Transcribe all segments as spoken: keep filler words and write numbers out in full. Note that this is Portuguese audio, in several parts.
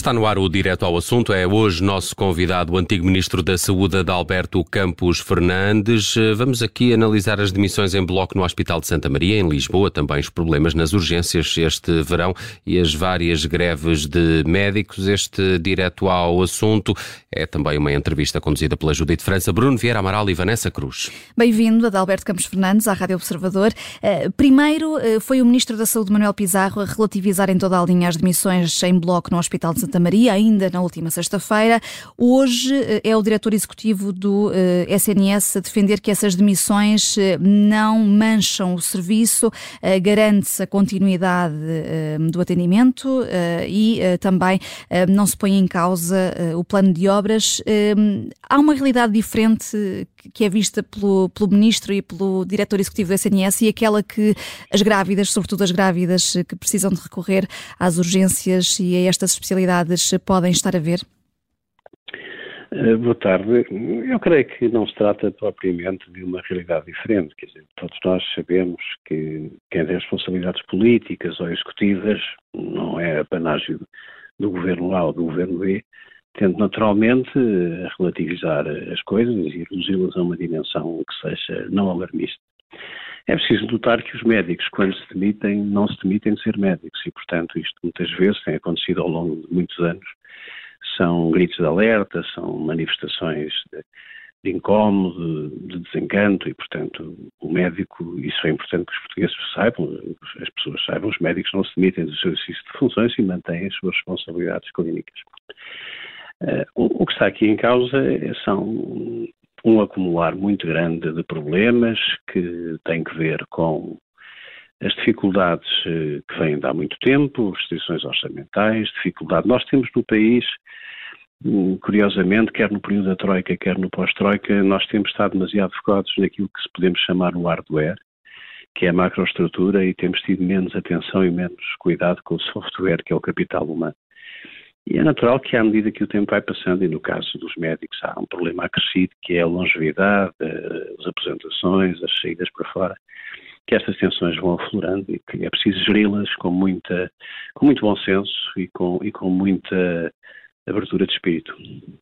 Está no ar o Direto ao Assunto. É hoje nosso convidado o antigo Ministro da Saúde, Adalberto Campos Fernandes. Vamos aqui analisar as demissões em bloco no Hospital de Santa Maria, em Lisboa, também os problemas nas urgências este verão e as várias greves de médicos. Este Direto ao Assunto é também uma entrevista conduzida pela Judite França, Bruno Vieira Amaral e Vanessa Cruz. Bem-vindo, Adalberto Campos Fernandes, à Rádio Observador. Primeiro, foi o Ministro da Saúde, Manuel Pizarro, a relativizar em toda a linha as demissões em bloco no Hospital de Santa Maria, ainda na última sexta-feira. Hoje é o diretor executivo do S N S a defender que essas demissões não mancham o serviço, garante-se a continuidade do atendimento e também não se põe em causa o plano de obras. Há uma realidade diferente que é vista pelo, pelo Ministro e pelo diretor executivo do S N S e aquela que as grávidas, sobretudo as grávidas que precisam de recorrer às urgências e a estas especialidades, podem estar a ver? Uh, boa tarde. Eu creio que não se trata propriamente de uma realidade diferente. Quer dizer, todos nós sabemos que quem tem responsabilidades políticas ou executivas não é apanágio do governo A ou do governo B, tendo naturalmente a relativizar as coisas e reduzi-las a uma dimensão que seja não alarmista. É preciso notar que os médicos, quando se demitem, não se demitem de ser médicos e, portanto, isto muitas vezes tem acontecido ao longo de muitos anos. São gritos de alerta, são manifestações de, de incómodo, de desencanto e, portanto, o médico, isso é importante que os portugueses saibam, as pessoas saibam, os médicos não se demitem do seu exercício de funções e mantêm as suas responsabilidades clínicas. Uh, o, o que está aqui em causa são um acumular muito grande de problemas que tem que ver com as dificuldades que vêm de há muito tempo, restrições orçamentais, dificuldade. Nós temos no país, curiosamente, quer no período da Troika, quer no pós-Troika, nós temos estado demasiado focados naquilo que se podemos chamar o hardware, que é a macroestrutura, e temos tido menos atenção e menos cuidado com o software, que é o capital humano. E é natural que, à medida que o tempo vai passando, e no caso dos médicos há um problema acrescido, que é a longevidade, as aposentações, as saídas para fora, que estas tensões vão aflorando e que é preciso geri-las com, muita, com muito bom senso e com, e com muita abertura de espírito.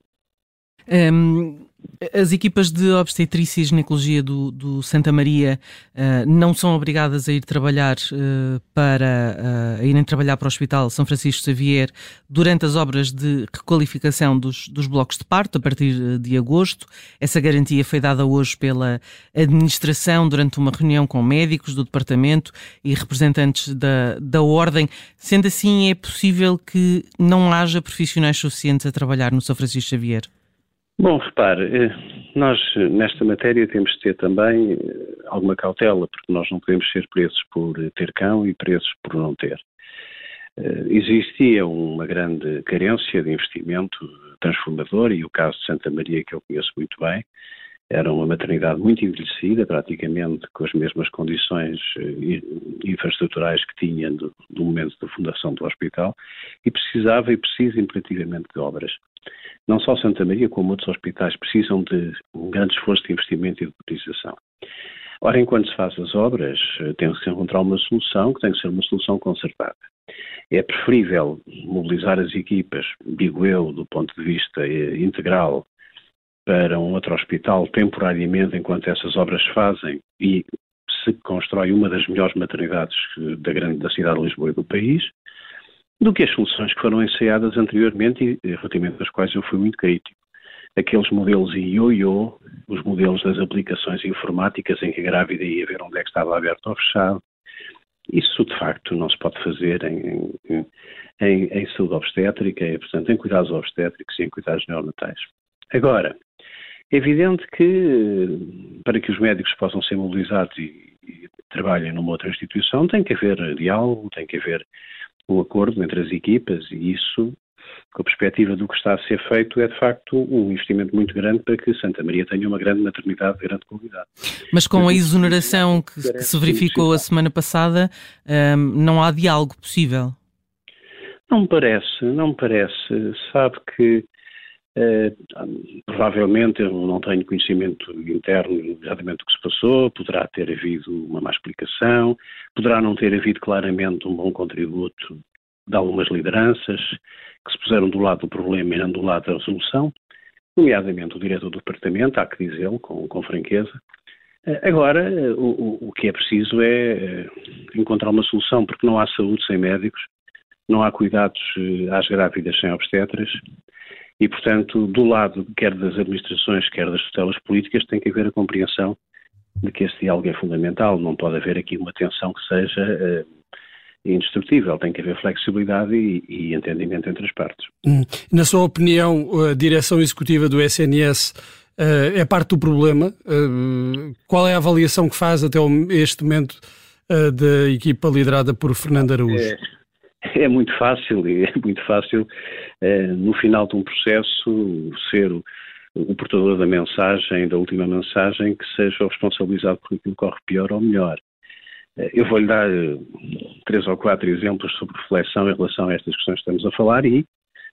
Um, as equipas de obstetrícia e ginecologia do, do Santa Maria uh, não são obrigadas a ir trabalhar uh, para uh, a irem trabalhar para o Hospital São Francisco Xavier durante as obras de requalificação dos, dos blocos de parto a partir de agosto. Essa garantia foi dada hoje pela administração durante uma reunião com médicos do departamento e representantes da, da ordem. Sendo assim, é possível que não haja profissionais suficientes a trabalhar no São Francisco Xavier? Bom, repare, nós nesta matéria temos de ter também alguma cautela, porque nós não podemos ser presos por ter cão e presos por não ter. Existia uma grande carência de investimento transformador e o caso de Santa Maria, que eu conheço muito bem, era uma maternidade muito envelhecida, praticamente com as mesmas condições infraestruturais que tinha do, do momento da fundação do hospital e precisava e precisa imperativamente de obras. Não só Santa Maria, como outros hospitais, precisam de um grande esforço de investimento e de utilização. Ora, enquanto se faz as obras, tem que se encontrar uma solução que tem que ser uma solução concertada. É preferível mobilizar as equipas, digo eu, do ponto de vista integral, para um outro hospital temporariamente, enquanto essas obras se fazem e se constrói uma das melhores maternidades da, grande, da cidade de Lisboa e do país, do que as soluções que foram ensaiadas anteriormente e relativamente às quais eu fui muito crítico. Aqueles modelos em ioiô, os modelos das aplicações informáticas em que a grávida ia ver onde é que estava aberto ou fechado, isso de facto não se pode fazer em, em, em, em saúde obstétrica, e, portanto em cuidados obstétricos e em cuidados neonatais. Agora, é evidente que para que os médicos possam ser mobilizados e, e trabalhem numa outra instituição tem que haver diálogo, tem que haver um acordo entre as equipas e isso, com a perspectiva do que está a ser feito, é de facto um investimento muito grande para que Santa Maria tenha uma grande maternidade de grande qualidade. Mas com a exoneração que, que se verificou a semana passada, hum, não há diálogo possível? Não me parece, não me parece. Sabe que Uh, provavelmente eu não tenho conhecimento interno exatamente do que se passou, poderá ter havido uma má explicação, poderá não ter havido claramente um bom contributo de algumas lideranças que se puseram do lado do problema e não do lado da resolução, nomeadamente o diretor do departamento, há que dizê-lo com, com franqueza. Agora, o, o que é preciso é encontrar uma solução, porque não há saúde sem médicos, não há cuidados às grávidas sem obstetras e, portanto, do lado quer das administrações, quer das tutelas políticas, tem que haver a compreensão de que esse diálogo é fundamental. Não pode haver aqui uma tensão que seja uh, indestrutível. Tem que haver flexibilidade e, e entendimento entre as partes. Hum. Na sua opinião, a direção executiva do S N S uh, é parte do problema? Uh, qual é a avaliação que faz até este momento uh, da equipa liderada por Fernando Araújo? É, é muito fácil, é muito fácil uh, no final de um processo ser o, o portador da mensagem, da última mensagem, que seja o responsabilizado por aquilo que corre pior ou melhor. Uh, eu vou-lhe dar uh, três ou quatro exemplos sobre reflexão em relação a estas questões que estamos a falar e,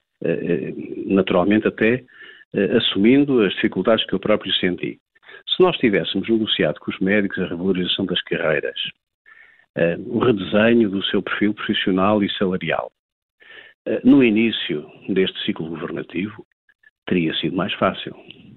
uh, naturalmente, até uh, assumindo as dificuldades que eu próprio senti. Se nós tivéssemos negociado com os médicos a revalorização das carreiras, Uh, o redesenho do seu perfil profissional e salarial. Uh, no início deste ciclo governativo, teria sido mais fácil.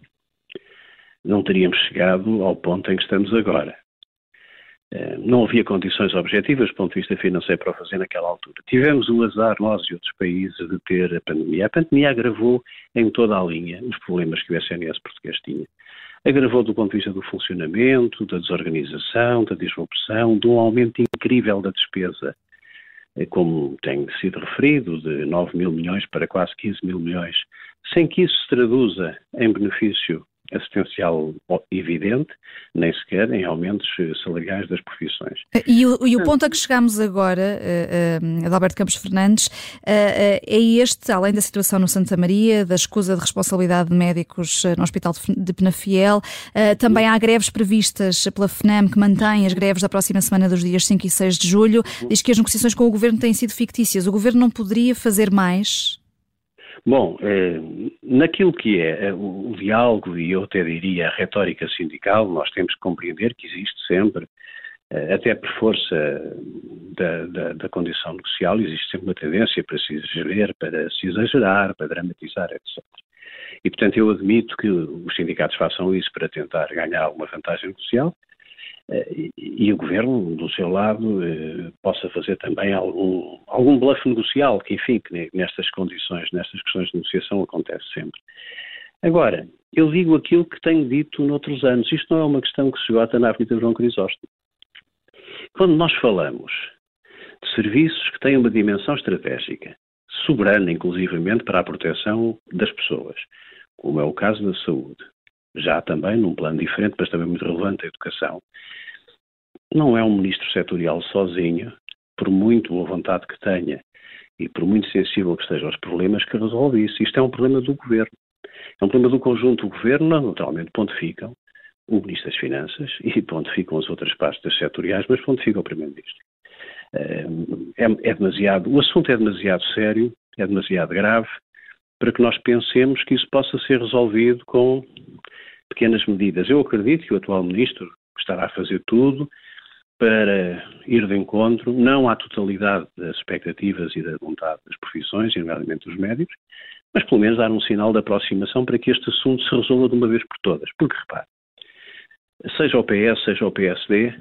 Não teríamos chegado ao ponto em que estamos agora. Uh, não havia condições objetivas do ponto de vista financeiro para o fazer naquela altura. Tivemos o azar, nós e outros países, de ter a pandemia. A pandemia agravou em toda a linha os problemas que o S N S português tinha. Agravou do ponto de vista do funcionamento, da desorganização, da disrupção, de um aumento incrível da despesa, como tem sido referido, de nove mil milhões para quase quinze mil milhões, sem que isso se traduza em benefício assistencial evidente, nem sequer em aumentos salariais das profissões. E o, e o ponto a que chegamos agora, uh, uh, Adalberto Campos Fernandes, uh, uh, é este, além da situação no Santa Maria, da escusa de responsabilidade de médicos no Hospital de Penafiel, uh, também há greves previstas pela FNAM que mantém as greves da próxima semana dos dias cinco e seis de julho, diz que as negociações com o Governo têm sido fictícias. O Governo não poderia fazer mais? Bom, eh, naquilo que é o, o diálogo e eu até diria a retórica sindical, nós temos que compreender que existe sempre, eh, até por força da, da, da condição negocial, existe sempre uma tendência para se exagerar, para se exagerar, para dramatizar, etcétera. E, portanto, eu admito que os sindicatos façam isso para tentar ganhar alguma vantagem negocial, E, e o Governo, do seu lado, eh, possa fazer também algum, algum bluff negocial, que enfim, que nestas condições, nestas questões de negociação acontece sempre. Agora, eu digo aquilo que tenho dito noutros anos, isto não é uma questão que se esgota na Avenida João Crisóstomo. Quando nós falamos de serviços que têm uma dimensão estratégica, soberana inclusivamente para a proteção das pessoas, como é o caso da saúde, já também num plano diferente, mas também muito relevante, a educação, não é um ministro setorial sozinho, por muito boa vontade que tenha e por muito sensível que esteja aos problemas, que resolve isso. Isto é um problema do Governo. É um problema do conjunto do Governo, naturalmente pontificam o Ministro das Finanças e pontificam as outras pastas setoriais, mas pontifica o Primeiro-Ministro. É, é demasiado, o assunto é demasiado sério, é demasiado grave, para que nós pensemos que isso possa ser resolvido com pequenas medidas. Eu acredito que o atual Ministro estará a fazer tudo para ir de encontro, não à totalidade das expectativas e da vontade das profissões, e nomeadamente dos médicos, mas pelo menos dar um sinal de aproximação para que este assunto se resolva de uma vez por todas. Porque, repare, seja o P S, seja o P S D,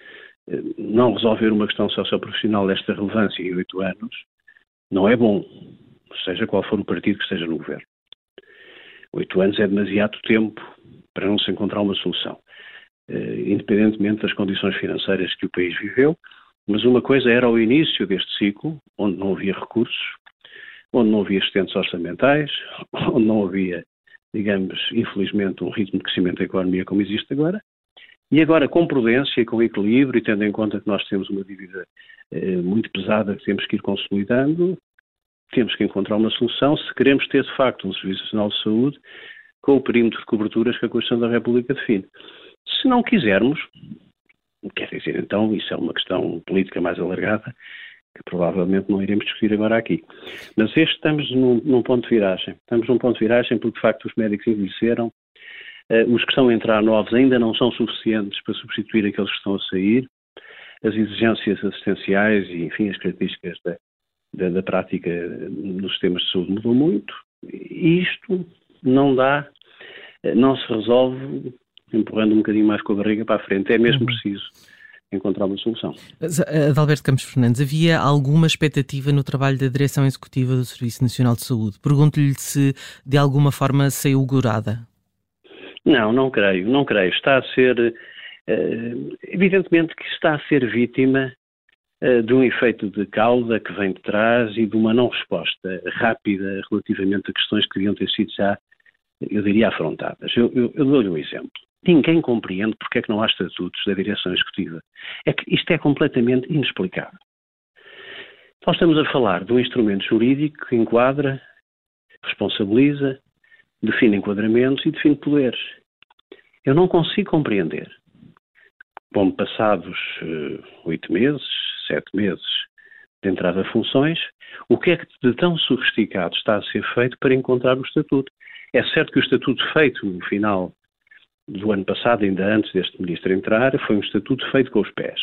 não resolver uma questão socioprofissional desta relevância em oito anos não é bom, seja qual for o partido que esteja no governo. Oito anos é demasiado tempo para não se encontrar uma solução, uh, independentemente das condições financeiras que o país viveu, mas uma coisa era o início deste ciclo, onde não havia recursos, onde não havia assistentes orçamentais, onde não havia, digamos, infelizmente, um ritmo de crescimento da economia como existe agora, e agora com prudência e com equilíbrio, e tendo em conta que nós temos uma dívida uh, muito pesada que temos que ir consolidando, temos que encontrar uma solução se queremos ter, de facto, um Serviço Nacional de Saúde com o perímetro de coberturas que a Constituição da República define. Se não quisermos, quer dizer, então, isso é uma questão política mais alargada, que provavelmente não iremos discutir agora aqui. Mas este estamos num, num ponto de viragem. Estamos num ponto de viragem porque, de facto, os médicos envelheceram, uh, os que estão a entrar novos ainda não são suficientes para substituir aqueles que estão a sair, as exigências assistenciais e, enfim, as características da da, da prática nos sistemas de saúde mudou muito, e isto não dá, não se resolve empurrando um bocadinho mais com a barriga para a frente, é mesmo preciso encontrar uma solução. Adalberto Campos Fernandes, havia alguma expectativa no trabalho da Direção Executiva do Serviço Nacional de Saúde? Pergunto-lhe se de alguma forma saiu augurada. Não, não creio, não creio. Está a ser, evidentemente que está a ser vítima de um efeito de cauda que vem de trás e de uma não resposta rápida relativamente a questões que deviam ter sido já, eu diria, afrontadas. Eu, eu, eu dou-lhe um exemplo. Ninguém compreende porque é que não há estatutos da direção executiva. É que isto é completamente inexplicável. Nós estamos a falar de um instrumento jurídico que enquadra, responsabiliza, define enquadramentos e define poderes. Eu não consigo compreender, como passados oito uh, meses, sete meses de entrada a funções, o que é que de tão sofisticado está a ser feito para encontrar o estatuto. É certo que o estatuto feito no final do ano passado, ainda antes deste ministro entrar, foi um estatuto feito com os pés,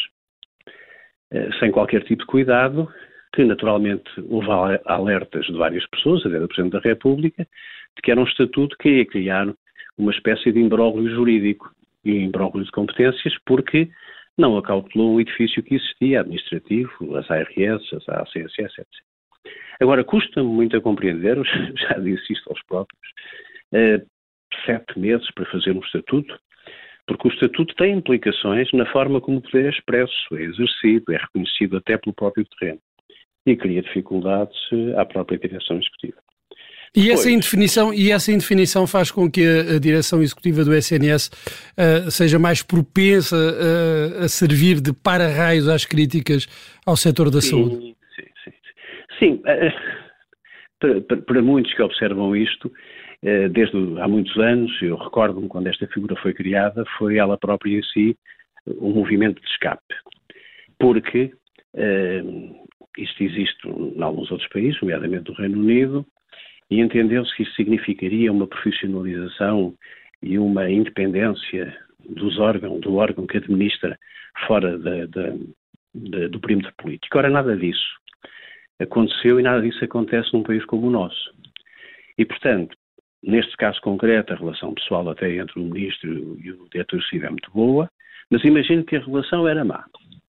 sem qualquer tipo de cuidado, que naturalmente houve alertas de várias pessoas, até do Presidente da República, de que era um estatuto que ia criar uma espécie de imbróglio jurídico e imbróglio de competências, porque não acautelou o edifício que existia, administrativo, as A R S, as A C S S, etcétera. Agora, custa-me muito a compreender, já disse isto aos próprios, uh, sete meses para fazer um estatuto, porque o estatuto tem implicações na forma como o poder é expresso, é exercido, é reconhecido até pelo próprio terreno e cria dificuldades à própria direção executiva. E essa, indefinição, e essa indefinição faz com que a, a direção executiva do S N S uh, seja mais propensa uh, a servir de para-raios às críticas ao setor da sim, saúde. Sim, sim. Sim, uh, para, para, para muitos que observam isto, uh, desde há muitos anos, eu recordo-me quando esta figura foi criada, foi ela própria em si um movimento de escape. Porque uh, isto existe em alguns outros países, nomeadamente do Reino Unido, e entendeu-se que isso significaria uma profissionalização e uma independência dos órgãos, do órgão que administra fora da, da, da, do perímetro político. Ora, nada disso aconteceu e nada disso acontece num país como o nosso. E, portanto, neste caso concreto, a relação pessoal até entre o ministro e o diretor executivo é muito boa, mas imagino que a relação era má.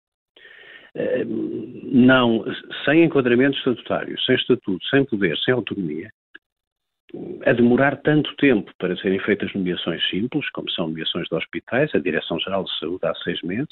Não, sem enquadramentos estatutários, sem estatuto, sem poder, sem autonomia, a demorar tanto tempo para serem feitas nomeações simples, como são nomeações de hospitais, a Direção-Geral de Saúde há seis meses,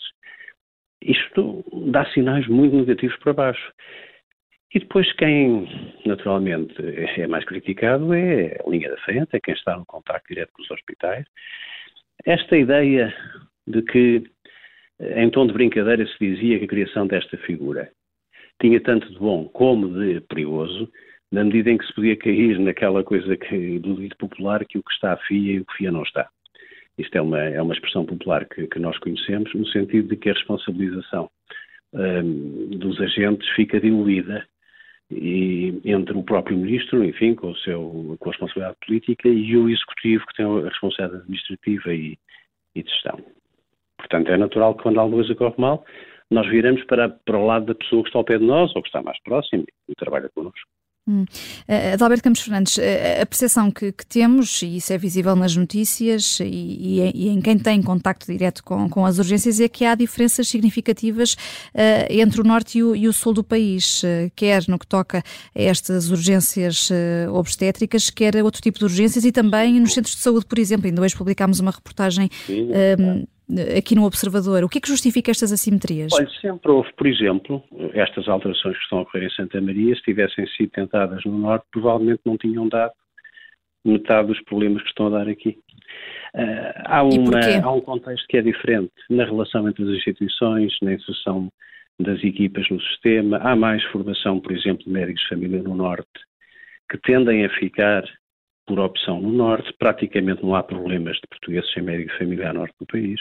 isto dá sinais muito negativos para baixo. E depois quem, naturalmente, é mais criticado é a linha da frente, é quem está no contacto direto com os hospitais. Esta ideia de que, em tom de brincadeira, se dizia que a criação desta figura tinha tanto de bom como de perigoso, na medida em que se podia cair naquela coisa que, do dito popular, que o que está fia e o que fia não está. Isto é uma, é uma expressão popular que, que nós conhecemos, no sentido de que a responsabilização um, dos agentes fica diluída e, entre o próprio ministro, enfim, com, o seu, com a responsabilidade política, e o executivo, que tem a responsabilidade administrativa e, e de gestão. Portanto, é natural que quando alguma coisa corre mal, nós viramos para, para o lado da pessoa que está ao pé de nós ou que está mais próximo e trabalha connosco. Hum. Uh, Adalberto Campos Fernandes, uh, a percepção que, que temos, e isso é visível nas notícias e, e, e em quem tem contacto direto com, com as urgências, é que há diferenças significativas uh, entre o norte e o, e o sul do país, uh, quer no que toca a estas urgências uh, obstétricas, quer a outro tipo de urgências e também nos centros de saúde, por exemplo. Ainda hoje publicámos uma reportagem um, aqui no Observador. O que é que justifica estas assimetrias? Olha, sempre houve, por exemplo, estas alterações que estão a ocorrer em Santa Maria, se tivessem sido tentadas no Norte, provavelmente não tinham dado metade dos problemas que estão a dar aqui. Uh, há, uma, há um contexto que é diferente na relação entre as instituições, na inserção das equipas no sistema. Há mais formação, por exemplo, de médicos de família no Norte, que tendem a ficar por opção no Norte. Praticamente não há problemas de portugueses sem médico de família a norte do país.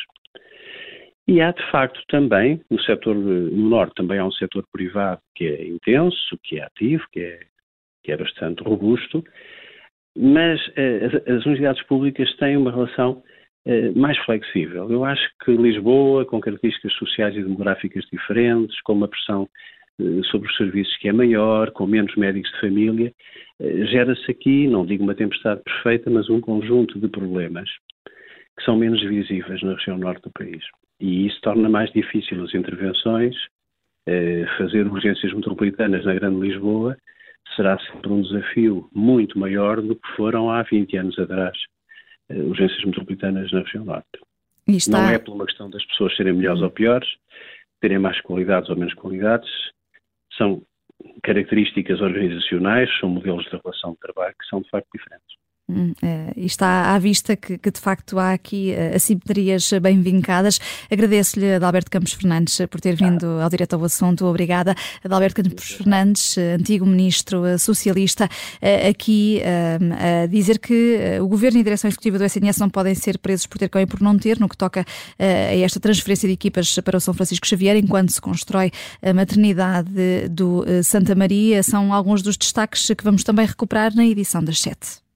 E há, de facto, também, no setor, no Norte, também há um setor privado que é intenso, que é ativo, que é, que é bastante robusto, mas eh, as, as universidades públicas têm uma relação eh, mais flexível. Eu acho que Lisboa, com características sociais e demográficas diferentes, com uma pressão sobre os serviços que é maior, com menos médicos de família. Gera-se aqui, não digo uma tempestade perfeita, mas um conjunto de problemas que são menos visíveis na região norte do país. E isso torna mais difícil as intervenções. Fazer urgências metropolitanas na Grande Lisboa será sempre um desafio muito maior do que foram há vinte anos atrás urgências metropolitanas na região norte. Está... Não é por uma questão das pessoas serem melhores ou piores, terem mais qualidades ou menos qualidades, são características organizacionais, são modelos de relação de trabalho que são de facto diferentes. Hum, é, e está à vista que, que de facto há aqui uh, assimetrias bem vincadas. Agradeço-lhe, Adalberto Campos Fernandes, por ter vindo ao Direto ao Assunto. Obrigada. Adalberto Campos Fernandes, antigo ministro socialista, uh, aqui uh, a dizer que uh, o Governo e a Direção Executiva do S N S não podem ser presos por ter com e por não ter, no que toca uh, a esta transferência de equipas para o São Francisco Xavier, enquanto se constrói a maternidade do uh, Santa Maria. São alguns dos destaques que vamos também recuperar na edição das sete.